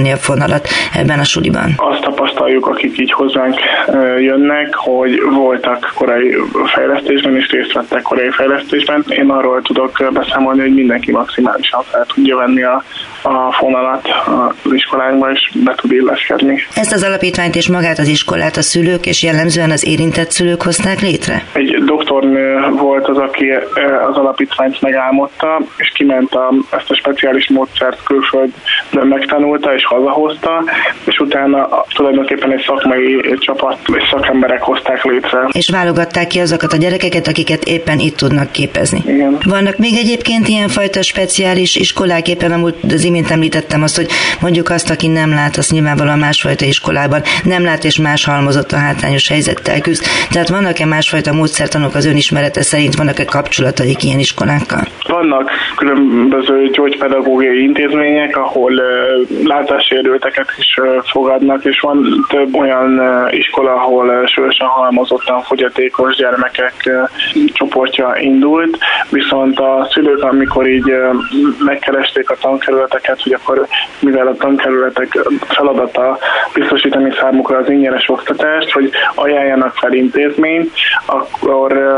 Speaker 5: színvonalat ebben a suliban?
Speaker 6: Azt tapasztaljuk, akik így hozzánk jönnek, hogy voltak korai fejlesztésben és részt vettek korai fejlesztésben. Én arról tudok beszámolni, hogy mindenki maximálisan fel tudja venni a fonalat az iskolánkba, és be tud illeszkedni.
Speaker 5: Ezt az alapítványt és magát az iskolát a szülők és jellemzően az érintett szülők hozták létre?
Speaker 6: Egy doktornő volt az, aki az alapítványt megálmodta, és kiment ezt a speciális módszert külföldön megtanulta, és hazahozta, és utána tulajdonképpen egy szakmai csapat és szakemberek hozták létre.
Speaker 5: És válogatták ki azokat a gyerekeket, akiket éppen itt tudnak képezni.
Speaker 6: Igen.
Speaker 5: Vannak még egyébként ilyenfajta speciális iskolák, éppen az imént említettem azt, hogy mondjuk azt, aki nem lát, azt nyilvánvalóan másfajta iskolában nem lát, és más halmozott a hátrányos helyzettel küzd. Tehát vannak-e másfajta módszertanok az önismerete szerint, vannak-e kapcsolataik ilyen iskolákkal?
Speaker 6: Vannak különböző gyógypedagógiai intézmények, ahol látássérülteket is fogadnak, és van több olyan iskola, ahol súlyosan halmozottan fogyatékos gyermekek csoportja indult, viszont a szülők, amikor így megkeresték a tankerületeket, hogy akkor mivel a tankerületek feladata biztosítani számukra az ingyenes oktatást, hogy ajánljanak fel intézményt, akkor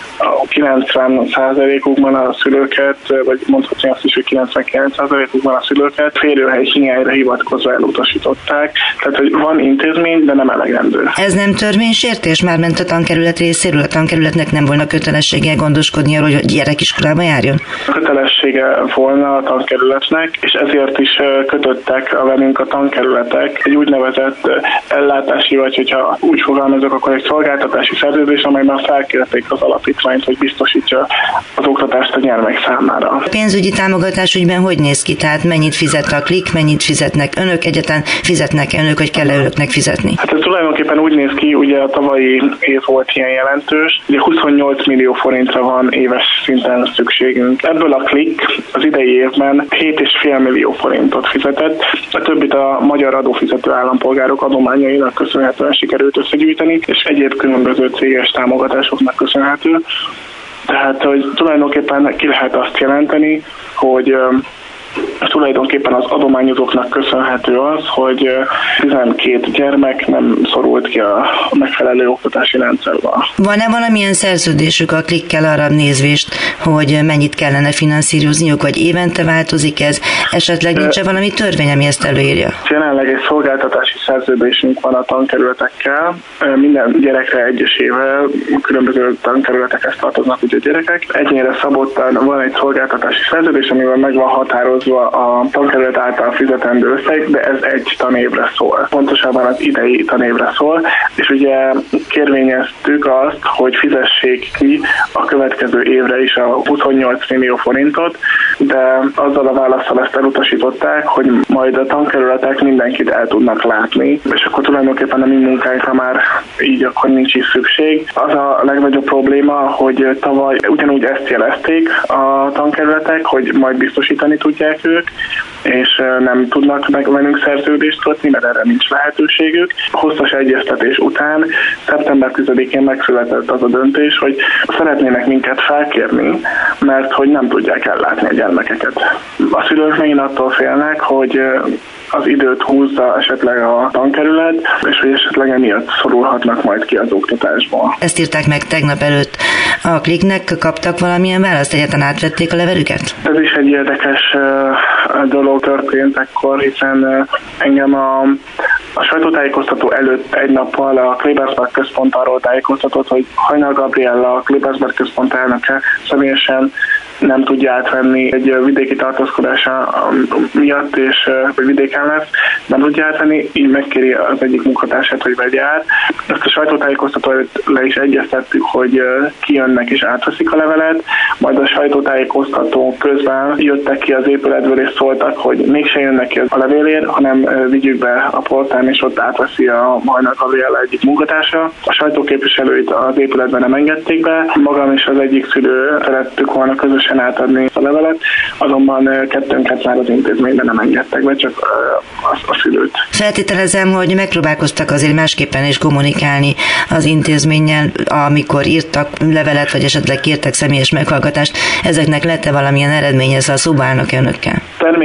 Speaker 6: 90%-ukban a szülőket, vagy mondhatni azt is, hogy 99%-ukban a szülőket férőhely hiányra hivatkozva elutasították. Tehát, hogy van intézmény, de nem elegendő.
Speaker 5: Ez nem törvénysértés? Márment a tankerület részéről? A tankerületnek nem volna kötelessége gondoskodni arról, hogy gyerekiskolába járjon?
Speaker 6: Kötelessége volna a tankerületnek, és ezért is kötöttek velünk a tankerületek egy úgynevezett ellátási, vagy hogyha úgy fogalmazok, akkor egy szolgáltatási szerződés, amelyben felkérték az alapítványt, hogy biztosítsa az oktatást a gyermek számára.
Speaker 5: A pénzügyi támogatás ügyben hogy néz ki? Tehát mennyit fizet a Klik, mennyit fizetnek önök, egyáltalán fizetnek önök, hogy kell önöknek fizetni?
Speaker 6: Hát ez tulajdonképpen úgy néz ki, ugye a tavalyi év volt ilyen jelentős, ugye 28 millió forintra van éves szinten szükségünk. Ebből a Klik az idei évben 7,5 millió forintot fizetett, a többit a magyar adófizető állampolgárok adományainak köszönhetően sikerült összegyűjteni, és egyéb különböző céges támogatásoknak köszönhető. Tehát, hogy tulajdonképpen ki lehet azt jelenteni, hogy tulajdonképpen az adományozóknak köszönhető az, hogy 12 gyermek nem szorult ki a megfelelő oktatási rendszerben.
Speaker 5: Van-e valamilyen szerződésük a Klikkel arra nézvést, hogy mennyit kellene finanszírozniuk, vagy évente változik ez? Esetleg nincs-e valami törvény, ami ezt előírja?
Speaker 6: Jelenleg egy szolgáltatási szerződésünk van a tankerületekkel. Minden gyerekre egyesével különböző tankerületekhez tartoznak ugye gyerekek. Egyénre szabottan van egy szolgáltatási szerződés, amivel meg van határozva a tankerület által fizetendő összeg, de ez egy tanévre szól. Pontosabban az idei tanévre szól, és ugye kérvényeztük azt, hogy fizessék ki a következő évre is a 28 millió forintot, de azzal a válaszsal ezt elutasították, hogy majd a tankerületek mindenkit el tudnak látni, és akkor tulajdonképpen a mi munkánkra már így akkor nincs is szükség. Az a legnagyobb probléma, hogy tavaly ugyanúgy ezt jelezték a tankerületek, hogy majd biztosítani tudják ők, és nem tudnak meg velünk szerződést kötni, mert erre nincs lehetőségük. Hosszas egyeztetés után szeptember 10-én megszületett az a döntés, hogy szeretnének minket felkérni, mert hogy nem tudják ellátni a gyermekeket. A szülők megint attól félnek, hogy az időt húzza esetleg a tankerület, és hogy esetleg emiatt szorulhatnak majd ki az oktatásból.
Speaker 5: Ezt írták meg tegnap előtt a Kliknek, kaptak valamilyen választ, egyáltalán átvették a levelüket?
Speaker 6: Ez is egy érdekes dolog történt ekkor, hiszen engem a sajtótájékoztató előtt egy nappal a Klebersberg központ arról tájékoztatott, hogy Hajnal Gabriella, a Klebersberg központ elnöke személyesen nem tudja átvenni egy vidéki tartózkodása miatt, és vagy vidéken lesz, nem tudja átvenni, így megkéri az egyik munkatársát, hogy vegye át. Ezt a sajtótájékoztató le is egyeztettük, hogy kijönnek és átveszik a levelet, majd a sajtótájékoztató közben jöttek ki az épületből és szóltak, hogy mégse jönnek ki a levélért, hanem vigyük be a portán, és ott átveszi a Hajnal Gabriella egyik munkatársa. A sajtóképviselőit az épületben nem engedték be, magam és az egyik szülő szerettük volna közösen átadni a levelet, azonban kettőnket már az intézményben nem engedtek be, csak a szülőt.
Speaker 5: Feltételezem, hogy megpróbálkoztak azért másképpen is kommunikálni az intézménnyel, amikor írtak levelet, vagy esetleg kértek személyes meghallgatást. Ezeknek lett-e valamilyen eredménye, szóval szóba állnak önökkel?
Speaker 6: Természetesen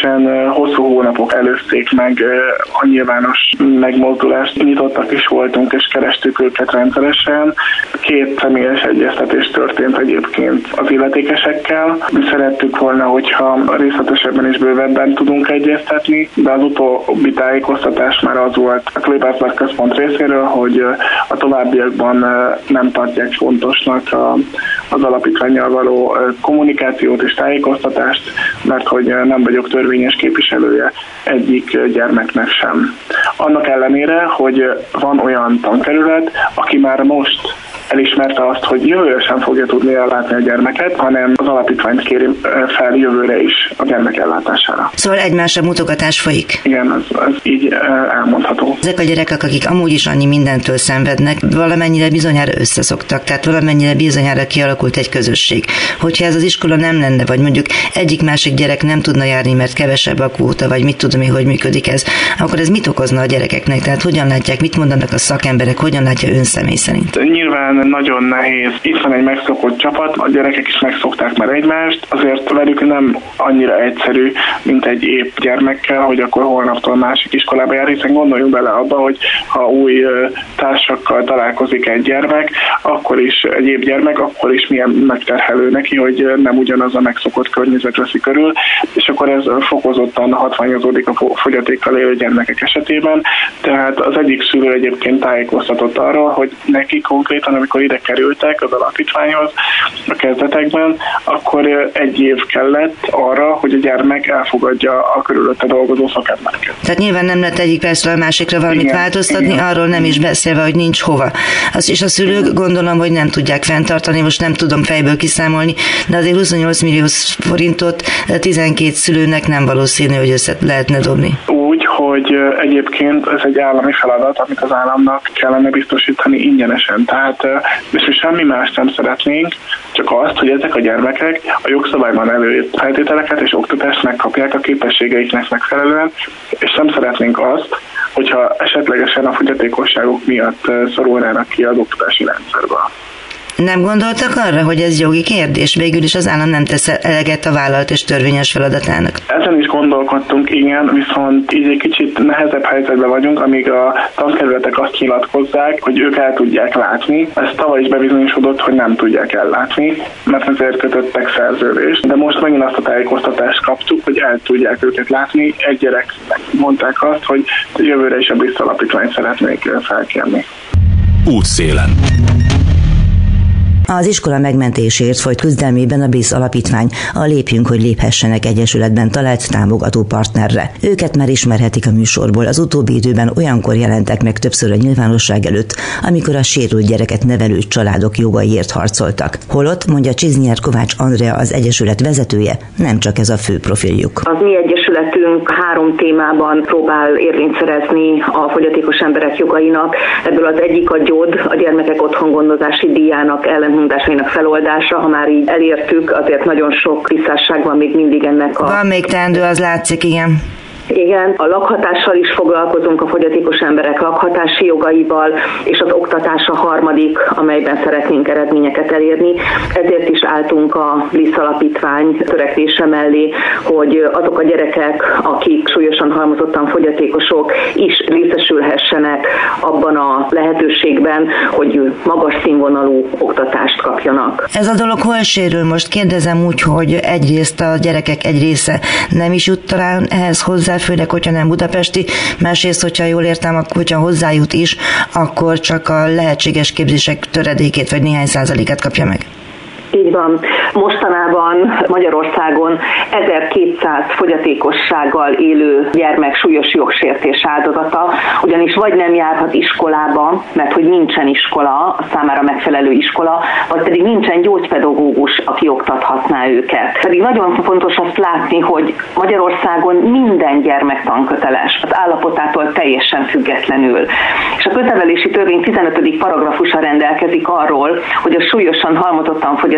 Speaker 6: meglehetősen hosszú hónapok előzték meg a nyilvános megmozdulást. Nyitottak is voltunk, és kerestük őket rendszeresen. 2 személyes egyeztetés történt egyébként az illetékesekkel. Mi szerettük volna, hogyha részletesebben és bővebben tudunk egyeztetni, de az utóbbi tájékoztatás már az volt a Klebásberg Központ részéről, hogy a továbbiakban nem tartják fontosnak az alapítvánnyal való kommunikációt és tájékoztatást, mert hogy nem vagyok törvényes képviselője egyik gyermeknek sem. Annak ellenére, hogy van olyan tankerület, aki már most elismerte azt, hogy jövőre sem fogja tudni ellátni a gyermeket, hanem az alapítványt kéri fel jövőre is a gyermek ellátására.
Speaker 5: Szóval egymásra mutogatás folyik.
Speaker 6: Igen, ez így elmondható.
Speaker 5: Ezek a gyerekek, akik amúgy is annyi mindentől szenvednek, valamennyire bizonyára összeszoktak, tehát valamennyire bizonyára kialakult egy közösség. Hogyha ez az iskola nem lenne, vagy mondjuk egyik-másik gyerek nem tudna járni, mert kevesebb a kvóta, vagy mit tudom én, hogy működik ez, akkor ez mit okozna a gyerekeknek? Tehát hogyan látják, mit mondanak a szakemberek, hogyan látja ön személy szerint?
Speaker 6: Nyilván nagyon nehéz. Itt van egy megszokott csapat, a gyerekek is megszokták már egymást, azért velük nem annyira egyszerű, mint egy épp gyermekkel, hogy akkor holnaptól másik iskolába jár, hiszen gondoljunk bele abba, hogy ha új társakkal találkozik egy gyermek, akkor is egy épp gyermek, akkor is milyen megterhelő neki, hogy nem ugyanaz a megszokott környezet veszi körül, és akkor ez fokozottan hatványozódik a fogyatékkal élő gyermekek esetében. Tehát az egyik szülő egyébként tájékoztatott arról, hogy neki konkrétan, amikor ide kerültek az alapítványhoz a kezdetekben, akkor 1 év kellett arra, hogy a gyermek elfogadja a körülötte dolgozó szakembereket.
Speaker 5: Tehát nyilván nem lehet egyik percről a másikra valamit változtatni, igen. Arról nem is beszélve, hogy nincs hova. És a szülők gondolom, hogy nem tudják fenntartani, most nem tudom fejből kiszámolni, de azért 28 millió forintot 12 szülőnek nem valószínű, hogy össze lehetne dobni.
Speaker 6: Úgy, hogy egyébként ez egy állami feladat, amit az államnak kellene biztosítani ingyenesen. Tehát és mi semmi mást nem szeretnénk, csak azt, hogy ezek a gyermekek a jogszabályban előírt feltételeket és oktatást megkapják a képességeiknek megfelelően, és nem szeretnénk azt, hogyha esetlegesen a fogyatékosságok miatt szorulnának ki az oktatási rendszerből.
Speaker 5: Nem gondoltak arra, hogy ez jogi kérdés? Végül is az állam nem tesz eleget a vállalat és törvényes feladatának.
Speaker 6: Ezen is gondolkodtunk, igen, viszont így egy kicsit nehezebb helyzetben vagyunk, amíg a tankerületek azt nyilatkozzák, hogy ők el tudják látni. Ez tavaly is bebizonyosodott, hogy nem tudják ellátni, mert ezért kötöttek szerződést. De most megint azt a tájékoztatást kaptuk, hogy el tudják őket látni. Egy gyereknek mondták azt, hogy jövőre is a BISZ alapítványt szeretnék felkérni.
Speaker 1: Útszélen.
Speaker 2: Az iskola megmentésért folyt küzdelmében a BISZ alapítvány a Lépjünk, hogy léphessenek egyesületben talált támogató partnerre. Őket már ismerhetik a műsorból, az utóbbi időben olyankor jelentek meg többször a nyilvánosság előtt, amikor a sérült gyereket nevelő családok jogaiért harcoltak. Holott, mondja Csiznier Kovács Andrea, az egyesület vezetője, nem csak ez a fő profiljuk.
Speaker 7: Az mi egyesületünk 3 témában próbál érvényt szerezni a fogyatékos emberek jogainak. Ebből az egyik a GYOD, a gyermekek otthongondozási díjának ellentmondásainak feloldása. Ha már így elértük, azért nagyon sok visszásság van még mindig ennek a...
Speaker 5: Van még teendő, az látszik, igen.
Speaker 7: Igen, a lakhatással is foglalkozunk, a fogyatékos emberek lakhatási jogaival, és az oktatás a harmadik, amelyben szeretnénk eredményeket elérni. Ezért is álltunk a BISZ alapítvány törekvése mellé, hogy azok a gyerekek, akik súlyosan halmozottan fogyatékosok, is részesülhessenek abban a lehetőségben, hogy magas színvonalú oktatást kapjanak.
Speaker 5: Ez a dolog hol sérül most? Kérdezem úgy, hogy egyrészt a gyerekek egy része nem is jut talán ehhez hozzá, főleg, hogyha nem budapesti, másrészt, hogyha jól értem, akkor, hogyha hozzájut is, akkor csak a lehetséges képzések töredékét vagy néhány százalékát kapja meg.
Speaker 7: Így van. Mostanában Magyarországon 1200 fogyatékossággal élő gyermek súlyos jogsértés áldozata, ugyanis vagy nem járhat iskolába, mert hogy nincsen iskola, a számára megfelelő iskola, vagy pedig nincsen gyógypedagógus, aki oktathatná őket. Pedig nagyon fontos azt látni, hogy Magyarországon minden gyermek tanköteles, az állapotától teljesen függetlenül. És a köznevelési törvény 15. paragrafusa rendelkezik arról, hogy a súlyosan halmozottan fogyatékos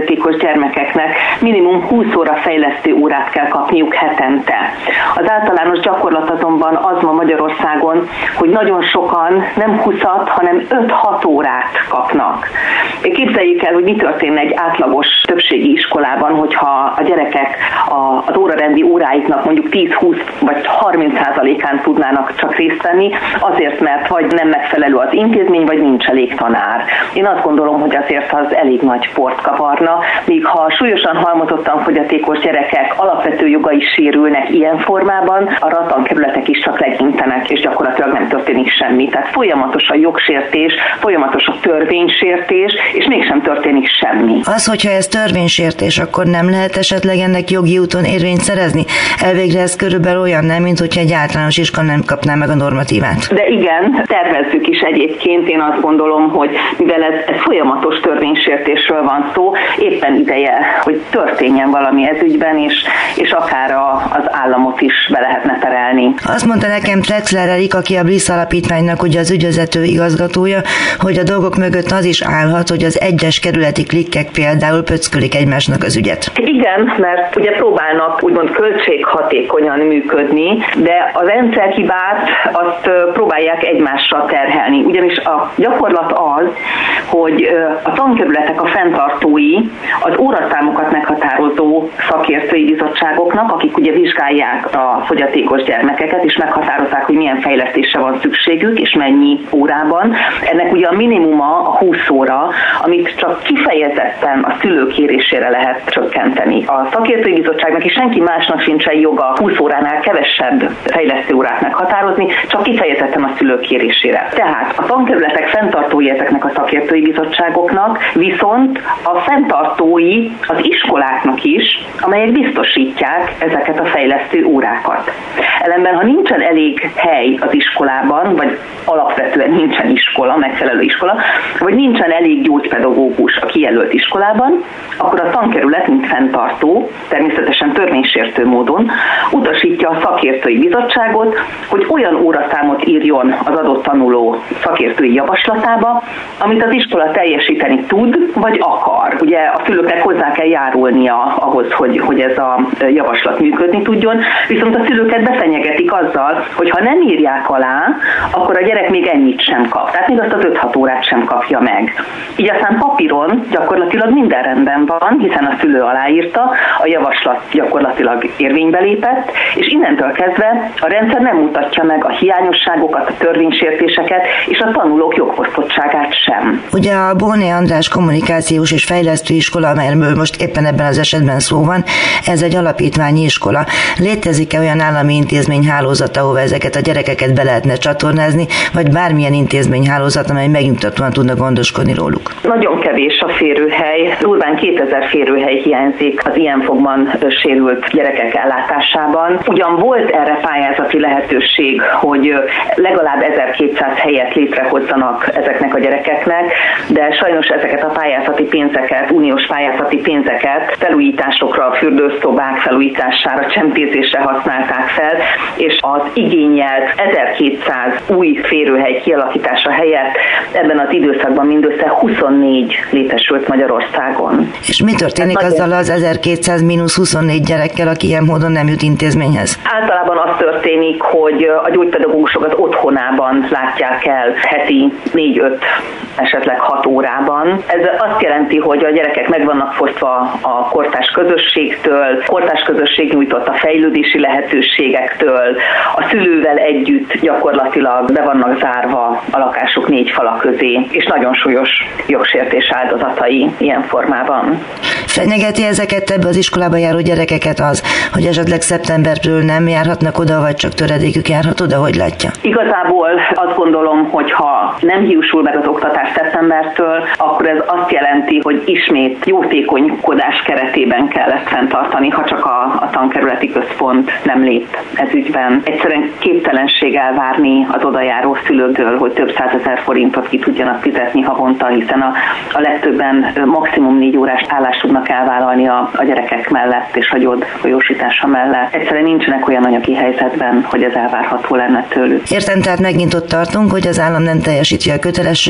Speaker 7: fogyatékos gyermekeknek minimum 20 óra fejlesztő órát kell kapniuk hetente. Az általános gyakorlat azonban az ma Magyarországon, hogy nagyon sokan nem 20-at, hanem 5-6 órát kapnak. Képzeljük el, hogy mi történne egy átlagos többségi iskolában, hogyha a gyerekek az órarendi óráiknak mondjuk 10-20 vagy 30%-án tudnának csak részt venni, azért, mert vagy nem megfelelő az intézmény, vagy nincs elég tanár. Én azt gondolom, hogy azért az elég nagy port kavarna, míg ha súlyosan halmozottan fogyatékos gyerekek alapvető jogai sérülnek ilyen formában, a tankerületek is csak legintenek, és gyakorlatilag nem történik semmi. Tehát folyamatos a jogsértés, folyamatos a törvénysértés, és mégsem történik semmi.
Speaker 5: Az, hogyha ez törvénysértés, akkor nem lehet esetleg ennek jogi úton érvényt szerezni? Elvégre ez körülbelül olyan nem, mint hogyha egy általános iskola nem kapná meg a normatívát.
Speaker 7: De igen, tervezzük is egyébként. Én azt gondolom, hogy mivel ez folyamatos törvénysértésről van szó, éppen ideje, hogy történjen valami ez ügyben, és akár az államot is be lehetne terelni.
Speaker 5: Azt mondta nekem Trexler Erik, aki a Bliss alapítványnak ugye az ügyvezető igazgatója, hogy a dolgok mögött az is állhat, hogy az egyes kerületi klikkek például pöckölik egymásnak az ügyet.
Speaker 7: Igen, mert ugye próbálnak úgymond költséghatékonyan működni, de a rendszerhibát azt próbálják egymásra terhelni. Ugyanis a gyakorlat az, hogy a tankerületek a fenntartói az óraszámokat meghatározó szakértői bizottságoknak, akik ugye vizsgálják a fogyatékos gyermekeket, és meghatározzák, hogy milyen fejlesztésre van szükségük, és mennyi órában. Ennek ugye a minimuma a 20 óra, amit csak kifejezetten a szülő kérésére lehet csökkenteni. A szakértői bizottságnak és senki másnak sincsen joga 20 óránál kevesebb fejlesztő órát meghatározni, csak kifejezetten a szülő kérésére. Tehát a tankerületek fenntartói ezeknek a szakértői bizottságoknak, viszont a fenntartói az iskoláknak is, amelyek biztosítják ezeket a fejlesztő órákat. Ellenben, ha nincsen elég hely az iskolában, vagy alapvetően nincsen iskola, megfelelő iskola, vagy nincsen elég gyógypedagógus a kijelölt iskolában, akkor a tankerület, mint fenntartó, természetesen törvénysértő módon utasítja a szakértői bizottságot, hogy olyan óraszámot írjon az adott tanuló szakértői javaslatába, amit az iskola teljesíteni tud, vagy akar. Ugye a szülőknek hozzá kell járulnia ahhoz, hogy ez a javaslat működni tudjon, viszont a szülőket befenyegetik azzal, hogy ha nem írják alá, akkor a gyerek még ennyit sem kap. Tehát még azt az 5-6 órát sem kapja meg. Így aztán papíron gyakorlatilag minden rendben van, hiszen a szülő aláírta, a javaslat gyakorlatilag érvénybe lépett, és innentől kezdve a rendszer nem mutatja meg a hiányosságokat, a törvénysértéseket és a tanulók jogfosztottságát sem.
Speaker 5: Ugye a Bóné András kommunikációs és fejlesztő iskola, amelyről most éppen ebben az esetben szó van, ez egy alapítványi iskola. Létezik-e olyan állami intézményhálózat, ahova ezeket a gyerekeket be lehetne csatornázni, vagy bármilyen intézményhálózat, amely megnyugtatóan tudna gondoskodni róluk?
Speaker 7: Nagyon kevés a férőhely, durván 2000 férőhely hiányzik az ilyen fogban sérült gyerekek ellátásában. Ugyan volt erre pályázati lehetőség, hogy legalább 1200 helyet létrehozzanak ezeknek a gyerekeknek, de sajnos ezeket a pályázati pénzeket, uniós pályázati pénzeket felújításokra, a fürdőszobák felújítására, csempészésre használták fel, és az igényelt 1200 új férőhely kialakítása helyett ebben az időszakban mindössze 24 létesült Magyarországon.
Speaker 5: És mi történik azzal az 1200 mínusz 24 gyerekkel, aki ilyen módon nem jut intézményhez?
Speaker 7: Általában az történik, hogy a gyógypedagógusokat otthonában látják el heti 4-5, esetleg 6 órában. Ez azt jelenti, hogy a gyerekek meg vannak fosztva a kortárs közösségtől, kortárs közösség nyújtott a fejlődési lehetőségektől, a szülővel együtt gyakorlatilag be vannak zárva a lakásuk 4 fala közé, és nagyon súlyos jogsértés áldozatai ilyen formában.
Speaker 5: Fenyegeti ezeket ebbe az iskolába járó gyerekeket az, hogy esetleg szeptembertől nem járhatnak oda, vagy csak töredékük járhat oda, hogy látja?
Speaker 7: Igazából azt gondolom, hogy ha nem hiúsul meg az oktatás szeptembertől, akkor ez azt jelenti, hogy ismét jótékonykodás keretében kell ezt fenntartani, ha csak a tankerületi központ nem lép ez ügyben. Egyszerűen képtelenség elvárni az odajáró szülőktől, hogy több 100 000 forintot ki tudjanak fizetni havonta, hiszen a legtöbben maximum 4 órás állást tudnak elvállalni a gyerekek mellett és a gyógy folyósítása mellett. Egyszerűen nincsenek olyan anyagi helyzetben, hogy ez elvárható lenne tőlük.
Speaker 5: Értem, tehát megint ott tartunk, hogy az állam nem teljesíti a kötelességét,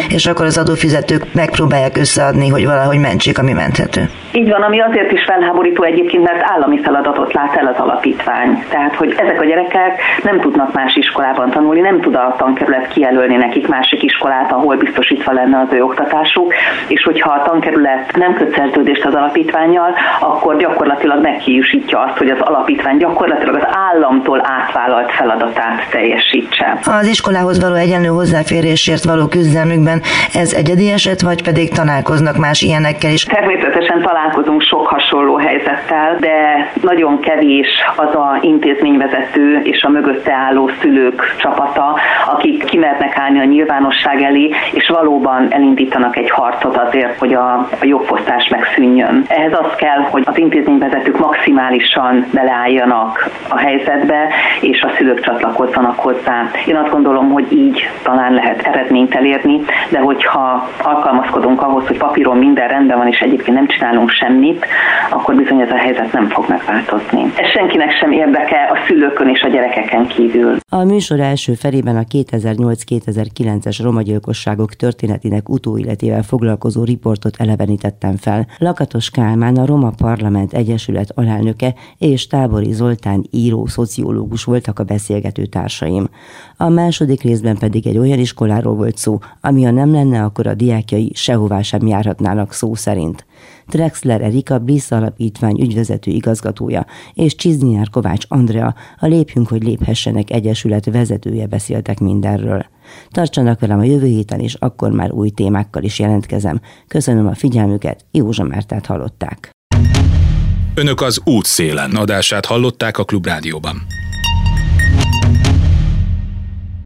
Speaker 5: és akkor az adófizetők megpróbálják összeadni, hogy valahogy mentsék, ami menthető.
Speaker 7: Így van, ami azért is felháborító egyébként, mert állami feladatot lát el az alapítvány. Tehát, hogy ezek a gyerekek nem tudnak más iskolában tanulni, nem tud a tankerület kijelölni nekik másik iskolát, ahol biztosítva lenne az ő oktatásuk, és hogyha a tankerület nem köt szerződést az alapítvánnyal, akkor gyakorlatilag meghiúsítja azt, hogy az alapítvány gyakorlatilag az államtól átvállalt feladatát teljesítse.
Speaker 5: Az iskolához való egyenlő hozzáférésért való küzdelmükben ez egyedi eset, vagy pedig találkoznak más ilyenekkel is?
Speaker 7: Természetesen találkozunk sok hasonló helyzettel, de nagyon kevés az a intézményvezető és a mögötte álló szülők csapata, akik kimernek állni a nyilvánosság elé, és valóban elindítanak egy harcot azért, hogy a jogfosztás megszűnjön. Ehhez az kell, hogy az intézményvezetők maximálisan beleálljanak a helyzetbe, és a szülők csatlakozzanak hozzá. Én azt gondolom, hogy így talán lehet eredményt elérni, de hogyha alkalmazkodunk ahhoz, hogy papíron minden rendben van, és egyébként nem csinálunk semmit, akkor bizony ez a helyzet nem fog megváltozni. Ez senkinek sem érdeke a szülőkön és a gyerekeken kívül.
Speaker 2: A műsor első felében a 2008-2009-es romagyilkosságok történetének utóéletével foglalkozó riportot elevenítettem fel. Lakatos Kálmán, a Roma Parlament Egyesület alelnöke, és Tábori Zoltán író, szociológus voltak a beszélgető társaim. A második részben pedig egy olyan iskoláról volt szó, ami ha nem lenne, akkor a diákjai sehová sem járhatnának szó szerint. Drexler Erika, Bliss Alapítvány ügyvezető igazgatója és Csiznyár Kovács Andrea, a Lépjünk, hogy léphessenek egyesület vezetője beszéltek mindenről. Tartsanak velem a jövő héten, és akkor már új témákkal is jelentkezem. Köszönöm a figyelmüket, Józsa Mártát hallották.
Speaker 1: Önök az Útszélen adását hallották a Klubrádióban.